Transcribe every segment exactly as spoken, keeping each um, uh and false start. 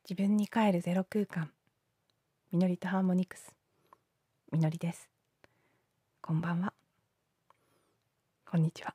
自分に帰るゼロ空間、みのりとハーモニクス、みのりです。こんばんは、こんにちは。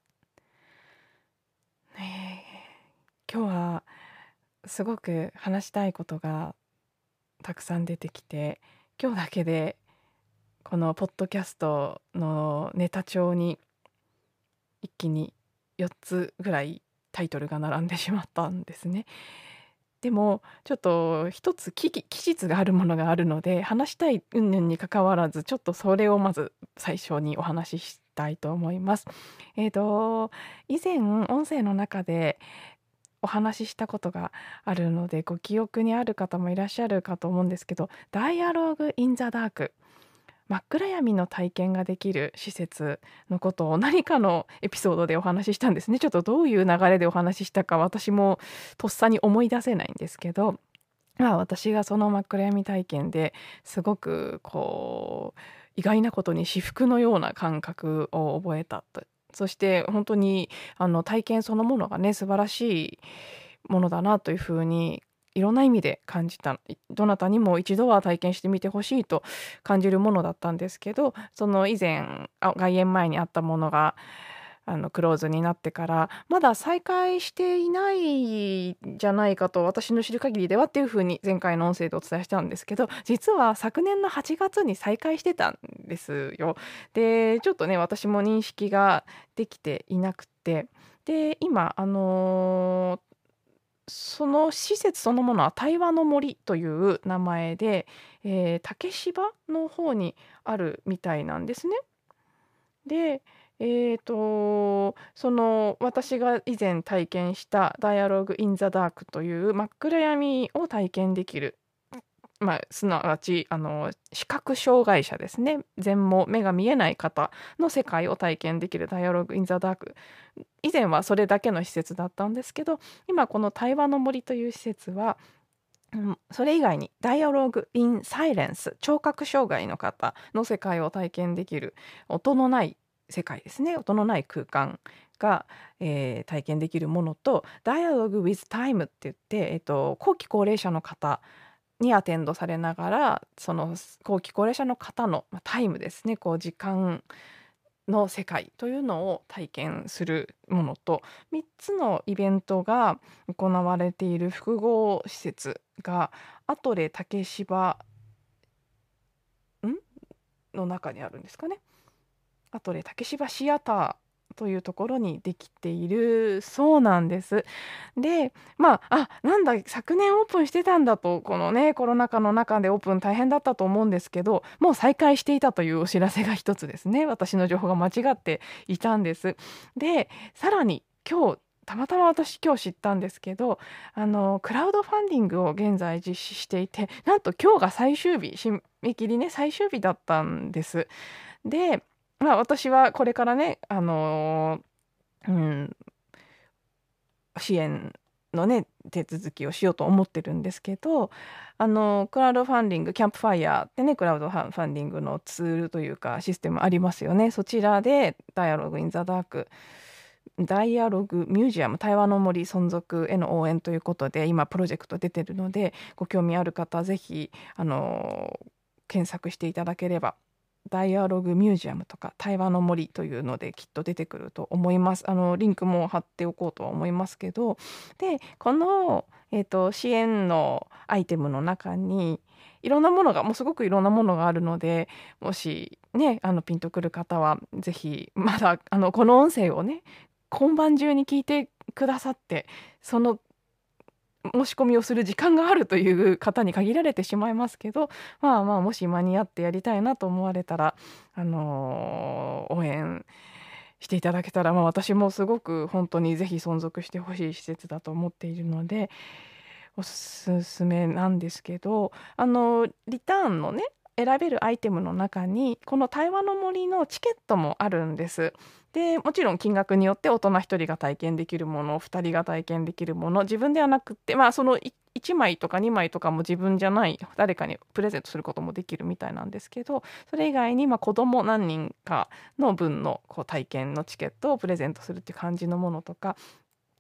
ねえ今日はすごく話したいことがたくさん出てきて、今日だけでこのポッドキャストのネタ帳に一気によっつぐらいタイトルが並んでしまったんですね。でもちょっと一つ期期日があるものがあるので、話したい云々に関わらずちょっとそれをまず最初にお話ししたいと思います。えーと以前音声の中でお話ししたことがあるのでご記憶にある方もいらっしゃるかと思うんですけど、ダイアログ・イン・ザ・ダーク、真っ暗闇の体験ができる施設のことを何かのエピソードでお話ししたんですね。ちょっとどういう流れでお話ししたか私もとっさに思い出せないんですけど、まあ、私がその真っ暗闇体験ですごくこう意外なことに至福のような感覚を覚えたと。そして本当にあの体験そのものがね素晴らしいものだなというふうにいろんな意味で感じた。どなたにも一度は体験してみてほしいと感じるものだったんですけど、その以前あ外苑前にあったものがあのクローズになってからまだ再開していないんじゃないかと私の知る限りではっていうふうに前回の音声でお伝えしたんですけど、実は昨年のはちがつに再開してたんですよ。でちょっとね私も認識ができていなくて、で今あのーその施設そのものは対話の森という名前で、えー竹芝の方にあるみたいなんですね。で、えーと、その私が以前体験したダイアログ・イン・ザ・ダークという真っ暗闇を体験できる、まあ、すなわちあの視覚障害者ですね、全盲目が見えない方の世界を体験できるダイアログ・イン・ザ・ダーク、以前はそれだけの施設だったんですけど、今この対話の森という施設はうん、それ以外にダイアログ・イン・サイレンス、聴覚障害の方の世界を体験できる音のない世界ですね、音のない空間が、えー体験できるものと、ダイアログ・ウィズ・タイムって言って、えっと、後期高齢者の方にアテンドされながら、その後期高齢者の方のまあタイムですね、こう時間の世界というのを体験するものと、みっつのイベントが行われている複合施設がアトレ竹芝んの中にあるんですかね。アトレ竹芝シアターというところにできているそうなんです。で、まあ、あ、なんだ、昨年オープンしてたんだと、このね、コロナ禍の中でオープン大変だったと思うんですけど、もう再開していたというお知らせが一つですね。私の情報が間違っていたんです。で、さらに今日、たまたま私今日知ったんですけど、あのクラウドファンディングを現在実施していて、なんと今日が最終日、締め切りね、最終日だったんです。で、まあ、私はこれからね、あのーうん、支援のね、手続きをしようと思ってるんですけど、あのクラウドファンディング、キャンプファイヤーってね、クラウドファンディングのツールというかシステムありますよね。そちらでダイアログ・イン・ザ・ダーク、ダイアログミュージアム、対話の森存続への応援ということで今プロジェクト出てるので、ご興味ある方はぜひあの検索していただければ、ダイアログミュージアムとか対話の森というのできっと出てくると思います。あのリンクも貼っておこうとは思いますけど、でこの、えーと、支援のアイテムの中にいろんなものがもうすごくいろんなものがあるので、もしねあのピンとくる方はぜひ、まだあのこの音声をね今晩中に聞いてくださって、その申し込みをする時間があるという方に限られてしまいますけど、まあまあもし間に合ってやりたいなと思われたら、あのー応援していただけたら、まあ、私もすごく本当にぜひ存続してほしい施設だと思っているのでおすすめなんですけど、あのリターンのね選べるアイテムの中にこの対話の森のチケットもあるんです。でもちろん金額によって大人ひとりが体験できるもの、ふたりが体験できるもの、自分ではなくって、まあ、そのいいちまいとかにまいとかも自分じゃない誰かにプレゼントすることもできるみたいなんですけど、それ以外にまあ子供何人かの分のこう体験のチケットをプレゼントするっていう感じのものとか、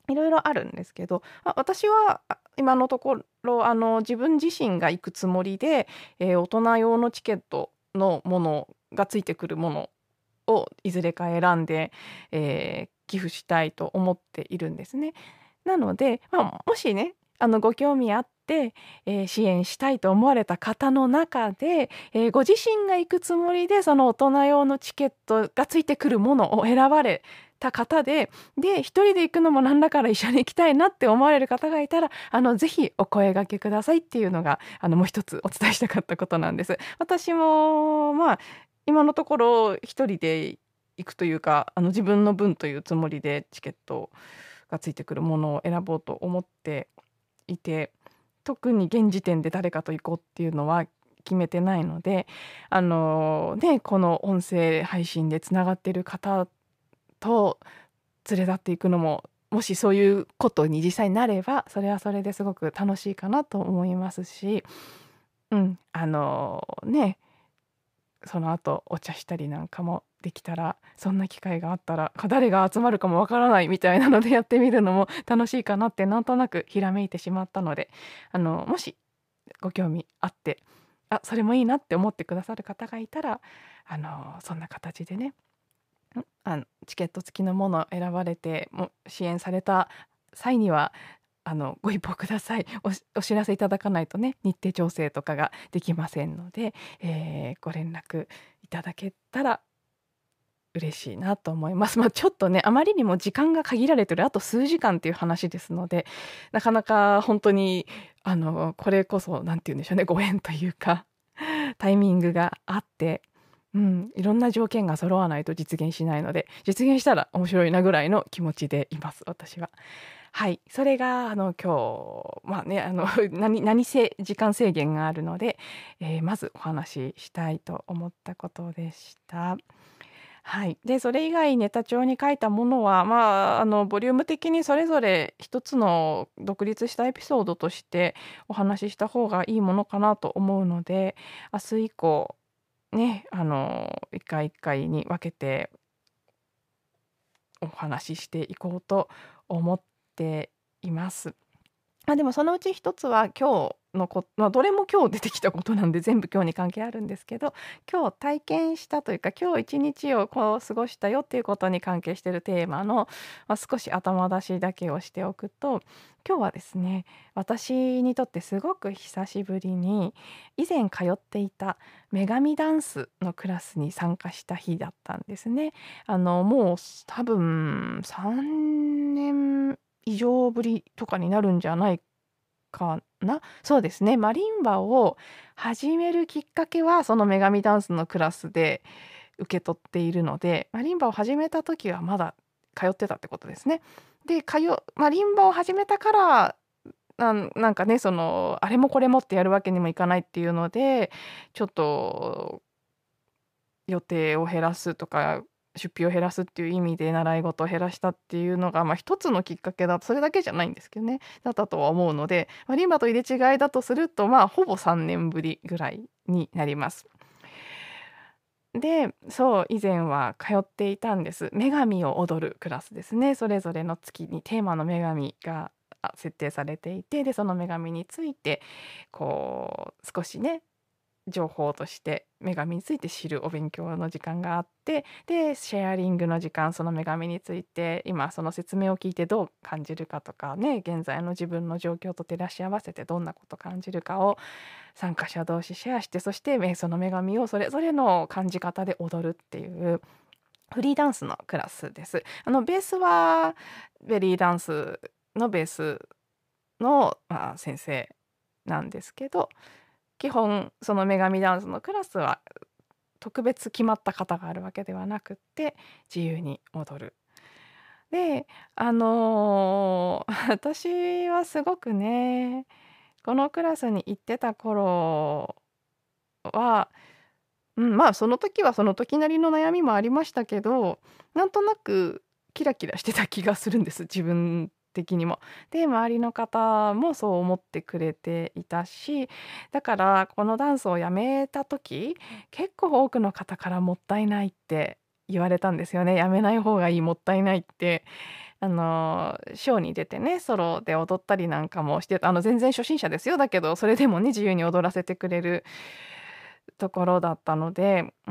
いろいろあるんですけど、あ、私は、あ、今のところ、あの、自分自身が行くつもりで、えー大人用のチケットのものがついてくるものをいずれか選んで、えー寄付したいと思っているんですね。なので、まあ、もしね、あの、ご興味あって、えー支援したいと思われた方の中で、えーご自身が行くつもりで、その大人用のチケットがついてくるものを選ばれた方で、で、一人で行くのもなんだから一緒に行きたいなって思われる方がいたら、あの、ぜひお声掛けくださいっていうのが、あの、もう一つお伝えしたかったことなんです。私も、まあ、今のところ一人で行くというか、あの、自分の分というつもりでチケットがついてくるものを選ぼうと思っていて、特に現時点で誰かと行こうっていうのは決めてないので、あの、ね、この音声配信でつながってる方と連れ立っていくのも、もしそういうことに実際になれば、それはそれですごく楽しいかなと思いますし、うん、あの、ね、その後お茶したりなんかもできたら、そんな機会があったら、か誰が集まるかもわからないみたいなのでやってみるのも楽しいかなってなんとなくひらめいてしまったので、あの、もしご興味あって、あ、それもいいなって思ってくださる方がいたら、あの、そんな形でね、ん、あの、チケット付きのものを選ばれて、も支援された際には、あの、ご一報ください。おしお知らせいただかないとね、日程調整とかができませんので、えーご連絡いただけたら嬉しいなと思います。まあ、ちょっとね、あまりにも時間が限られてる、あと数時間っていう話ですので、なかなか本当に、あの、これこそ、なんて言うんでしょうね、ご縁というか、タイミングがあって、うん、いろんな条件が揃わないと実現しないので、実現したら面白いなぐらいの気持ちでいます、私は。はい。それが、あの、今日、まあね、あの、何何せ時間制限があるので、えーまずお話ししたいと思ったことでした。はい。で、それ以外ネタ帳に書いたものは、まあ、あの、ボリューム的にそれぞれ一つの独立したエピソードとしてお話しした方がいいものかなと思うので、明日以降、ね、あの、一回一回に分けてお話ししていこうと思っています。あ、でもそのうち一つは今日のこまあ、どれも今日出てきたことなんで全部今日に関係あるんですけど、今日体験したというか、今日一日をこう過ごしたよっていうことに関係しているテーマの、まあ、少し頭出しだけをしておくと、今日はですね、私にとってすごく久しぶりに、以前通っていた女神ダンスのクラスに参加した日だったんですね。あの、もう多分さんねん以上ぶりとかになるんじゃないかな。そうですね。マリンバを始めるきっかけは、その女神ダンスのクラスで受け取っているので、マリンバを始めた時はまだ通ってたってことですね。で、通マリンバを始めたから、なんなんかね、その、あれもこれもってやるわけにもいかないっていうので、ちょっと予定を減らすとか、出費を減らすっていう意味で習い事を減らしたっていうのが、まあ、一つのきっかけだと、それだけじゃないんですけどね、だったとは思うので、まあ、リンバと入れ違いだとすると、まあ、ほぼさんねんぶりぐらいになります。で、そう、以前は通っていたんです。女神を踊るクラスですね。それぞれの月にテーマの女神があ設定されていて、で、その女神について、こう、少しね、情報として女神について知るお勉強の時間があって、で、シェアリングの時間、その女神について今その説明を聞いてどう感じるかとかね、現在の自分の状況と照らし合わせてどんなこと感じるかを参加者同士シェアして、そしてめその女神をそれぞれの感じ方で踊るっていうフリーダンスのクラスです。あのベースはベリーダンスのベースの、まあ、先生なんですけど、基本その女神ダンスのクラスは特別決まった型があるわけではなくって、自由に踊る。で、あの、私はすごくね、このクラスに行ってた頃は、うん、まあ、その時はその時なりの悩みもありましたけど、なんとなくキラキラしてた気がするんです、自分的にも。で、周りの方もそう思ってくれていたし、だからこのダンスをやめた時、結構多くの方からもったいないって言われたんですよね。やめない方がいい、もったいないって。 あのショーに出てねソロで踊ったりなんかもしてあの全然初心者ですよだけどそれでもね自由に踊らせてくれるところだったので、うん、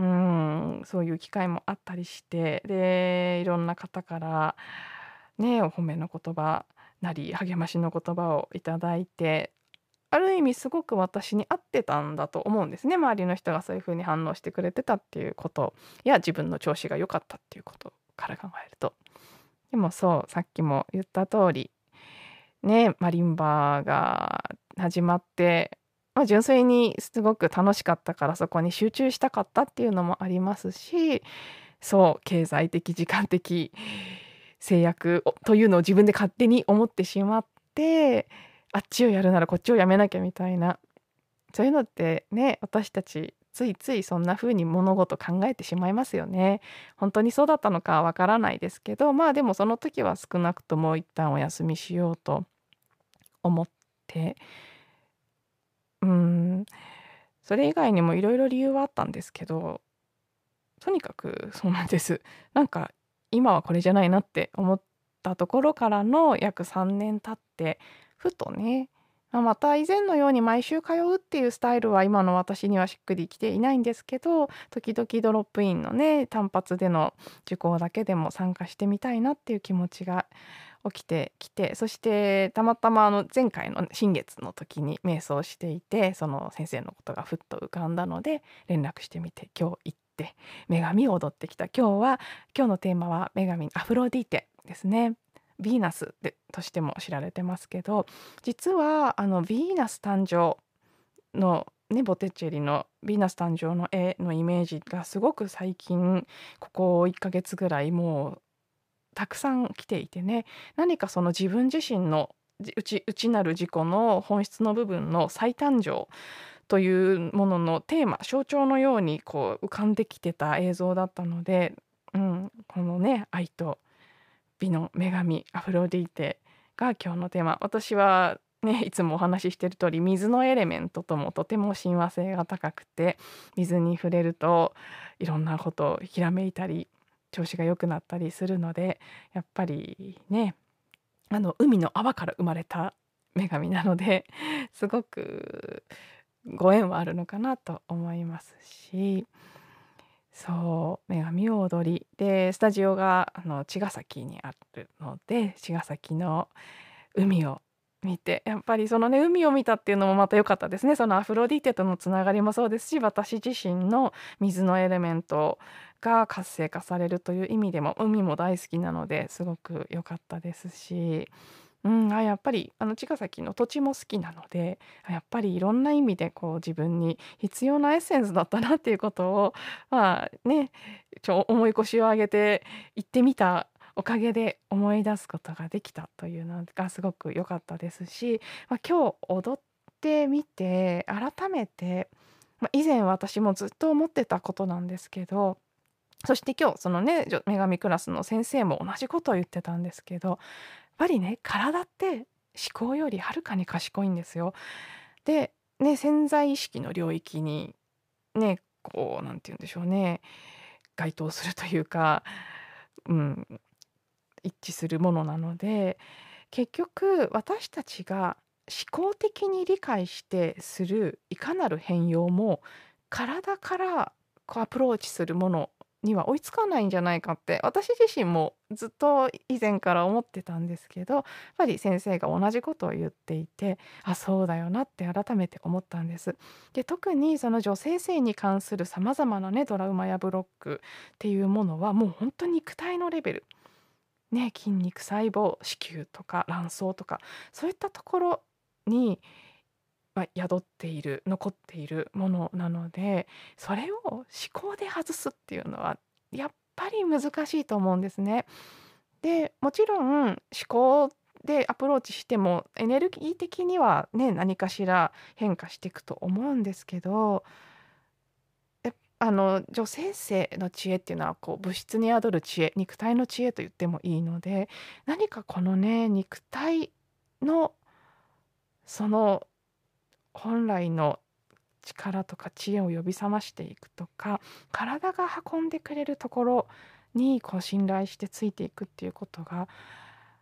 そういう機会もあったりしてでいろんな方からねお褒めの言葉なり励ましの言葉をいただいてある意味すごく私に合ってたんだと思うんですね。周りの人がそういう風に反応してくれてたっていうことや自分の調子が良かったっていうことから考えると。でもそうさっきも言った通りねマリンバが始まって、まあ、純粋にすごく楽しかったからそこに集中したかったっていうのもありますしそう経済的時間的制約をというのを自分で勝手に思ってしまってあっちをやるならこっちをやめなきゃみたいなそういうのってね私たちついついそんな風に物事考えてしまいますよね。本当にそうだったのかわからないですけどまあでもその時は少なくとも一旦お休みしようと思ってうーんそれ以外にもいろいろ理由はあったんですけどとにかくそうなんです。なんか今はこれじゃないなって思ったところからの約さんねん経ってふとね、まあ、また以前のように毎週通うっていうスタイルは今の私にはしっくりきていないんですけど時々ドロップインのね単発での受講だけでも参加してみたいなっていう気持ちが起きてきてそしてたまたまあの前回の新月の時に瞑想していてその先生のことがふっと浮かんだので連絡してみて今日行って女神を踊ってきた。今日は今日のテーマは女神アフロディーテですね。ヴィーナスでとしても知られてますけど実はあのヴィーナス誕生のねボテッチェリのヴィーナス誕生の絵のイメージがすごく最近ここいっかげつぐらいもうたくさん来ていてね何かその自分自身の内内なる自己の本質の部分の再誕生というもののテーマ象徴のようにこう浮かんできてた映像だったので、うん、このね愛と美の女神アフロディーテが今日のテーマ私はねいつもお話ししている通り水のエレメントともとても親和性が高くて水に触れるといろんなことをひらめいたり調子が良くなったりするのでやっぱりねあの海の泡から生まれた女神なのですごくご縁はあるのかなと思いますしそう女神を踊りでスタジオがあの茅ヶ崎にあるので茅ヶ崎の海を見てやっぱりそのね海を見たっていうのもまた良かったですね。そのアフロディーテとのつながりもそうですし私自身の水のエレメントが活性化されるという意味でも海も大好きなのですごく良かったですし、うん、あやっぱりあの茅ヶ崎の土地も好きなのであやっぱりいろんな意味でこう自分に必要なエッセンスだったなっていうことをまあねちょ重い腰を上げて行ってみたおかげで思い出すことができたというのがすごく良かったですし、まあ、今日踊ってみて改めて、まあ、以前私もずっと思ってたことなんですけどそして今日そのね女女神クラスの先生も同じことを言ってたんですけどやっぱりね体って思考よりはるかに賢いんですよ。で、ね、潜在意識の領域にねこうなんて言うんでしょうね該当するというか、うん、一致するものなので結局私たちが思考的に理解してするいかなる変容も体からこうアプローチするものには追いつかないんじゃないかって私自身もずっと以前から思ってたんですけどやっぱり先生が同じことを言っていてあそうだよなって改めて思ったんです。で特にその女性性に関するさまざまなねトラウマやブロックっていうものはもう本当に肉体のレベルね、筋肉細胞子宮とか卵巣とかそういったところに、まあ、宿っている残っているものなのでそれを思考で外すっていうのはやっぱり難しいと思うんですね。でもちろん思考でアプローチしてもエネルギー的にはね何かしら変化していくと思うんですけどえあの女性性の知恵っていうのはこう物質に宿る知恵肉体の知恵と言ってもいいので何かこのね肉体のその本来の力とか知恵を呼び覚ましていくとか体が運んでくれるところにこう信頼してついていくっていうことが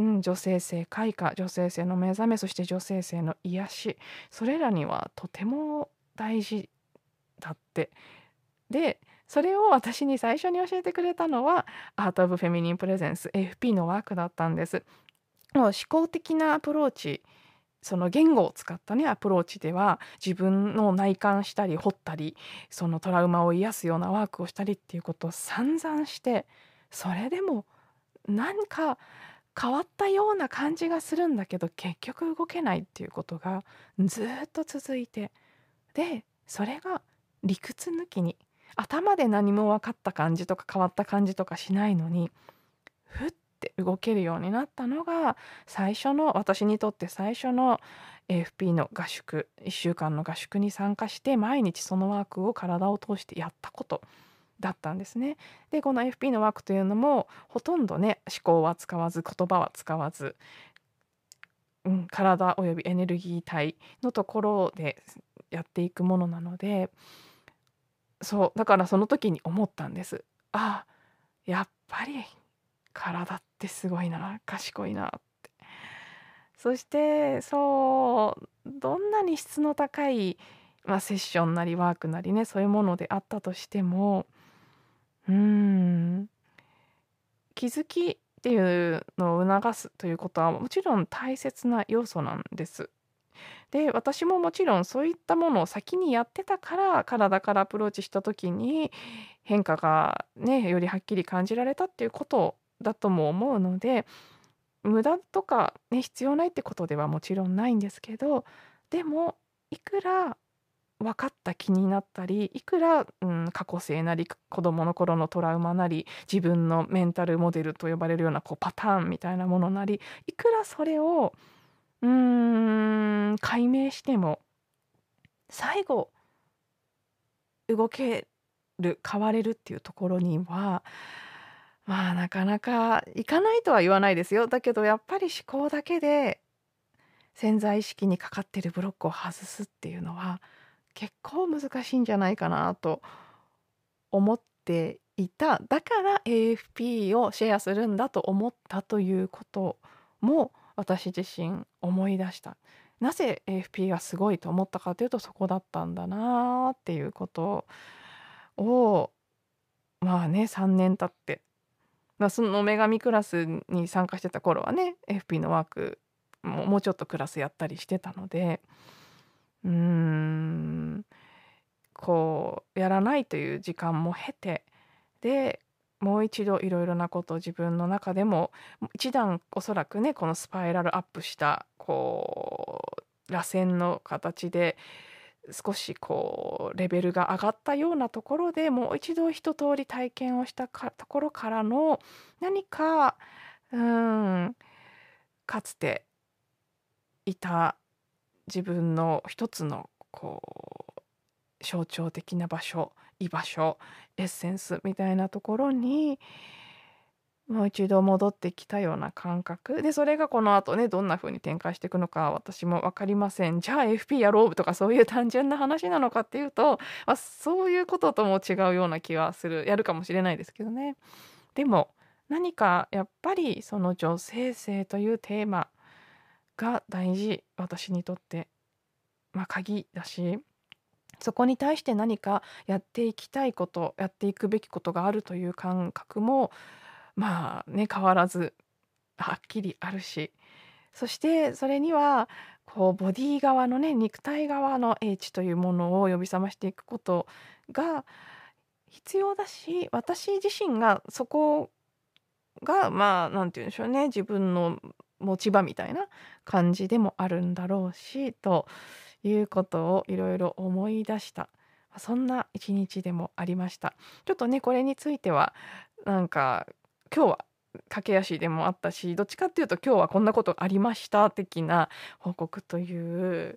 うん、女性性開花、女性性の目覚め、そして女性性の癒し、それらにはとても大事だって。で、それを私に最初に教えてくれたのはアート・オブ・フェミニン・プレゼンス エーエフピー のワークだったんです。もう思考的なアプローチ、その言語を使ったねアプローチでは自分の内観したり掘ったり、そのトラウマを癒すようなワークをしたりっていうことを散々して、それでも何か変わったような感じがするんだけど結局動けないっていうことがずっと続いて、でそれが理屈抜きに頭で何も分かった感じとか変わった感じとかしないのに、ふって動けるようになったのが最初の、私にとって最初の エーエフピー の合宿、いっしゅうかんの合宿に参加して毎日そのワークを体を通してやったことだったんですね。でこの エーエフピー のワークというのもほとんどね思考は使わず言葉は使わず、うん、体およびエネルギー体のところでやっていくものなので、そうだからその時に思ったんです。あ、やっぱり体ってすごいな、賢いなって。そしてそうどんなに質の高い、まあ、セッションなりワークなりね、そういうものであったとしても、うーん気づきっていうのを促すということはもちろん大切な要素なんです。で、私ももちろんそういったものを先にやってたから、体からアプローチした時に変化がね、よりはっきり感じられたっていうことだとも思うので、無駄とかね、必要ないってことではもちろんないんですけど、でもいくら分かった気になったり、いくら、うん、過去性なり子供の頃のトラウマなり自分のメンタルモデルと呼ばれるようなこうパターンみたいなものなり、いくらそれをうーん解明しても最後動ける変われるっていうところにはまあなかなかいかないとは言わないですよ。だけどやっぱり思考だけで潜在意識にかかってるブロックを外すっていうのは結構難しいんじゃないかなと思っていた。だから エーエフピー をシェアするんだと思ったということも私自身思い出した。なぜ エーエフピー がすごいと思ったかというとそこだったんだなっていうことを、まあねさんねん経って、まあ、その女神クラスに参加してた頃はね エーエフピー のワークももうちょっとクラスやったりしてたので、うーんこうやらないという時間も経て、でもう一度いろいろなことを自分の中でも一段おそらくねこのスパイラルアップしたこう螺旋の形で少しこうレベルが上がったようなところでもう一度一通り体験をしたかところからの何かうーんかつていた自分の一つのこう象徴的な場所、居場所、エッセンスみたいなところにもう一度戻ってきたような感覚で、それがこの後ねどんな風に展開していくのか私も分かりません。じゃあ エーエフピー やろうとかそういう単純な話なのかっていうと、まあ、そういうこととも違うような気がする。やるかもしれないですけどね。でも何かやっぱりその女性性というテーマが大事、私にとって、まあ、鍵だし、そこに対して何かやっていきたいこと、やっていくべきことがあるという感覚もまあね変わらずはっきりあるし、そしてそれにはこうボディ側のね肉体側の英知というものを呼び覚ましていくことが必要だし、私自身がそこがまあなんて言うんでしょうね、自分の持ち場みたいな感じでもあるんだろうしということをいろいろ思い出した、そんな一日でもありました。ちょっとねこれについてはなんか今日は駆け足でもあったし、どっちかっていうと今日はこんなことありました的な報告という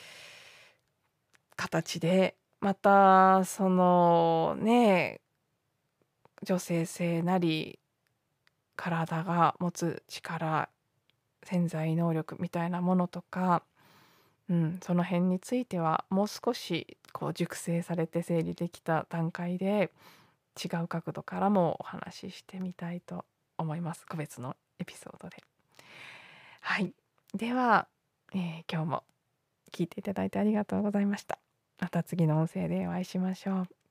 形で、またそのね女性性なり体が持つ力、潜在能力みたいなものとか、うん、その辺についてはもう少しこう熟成されて整理できた段階で違う角度からもお話ししてみたいと思います。個別のエピソードで。 はい。では、えー今日も聞いていただいてありがとうございました。また次の音声でお会いしましょう。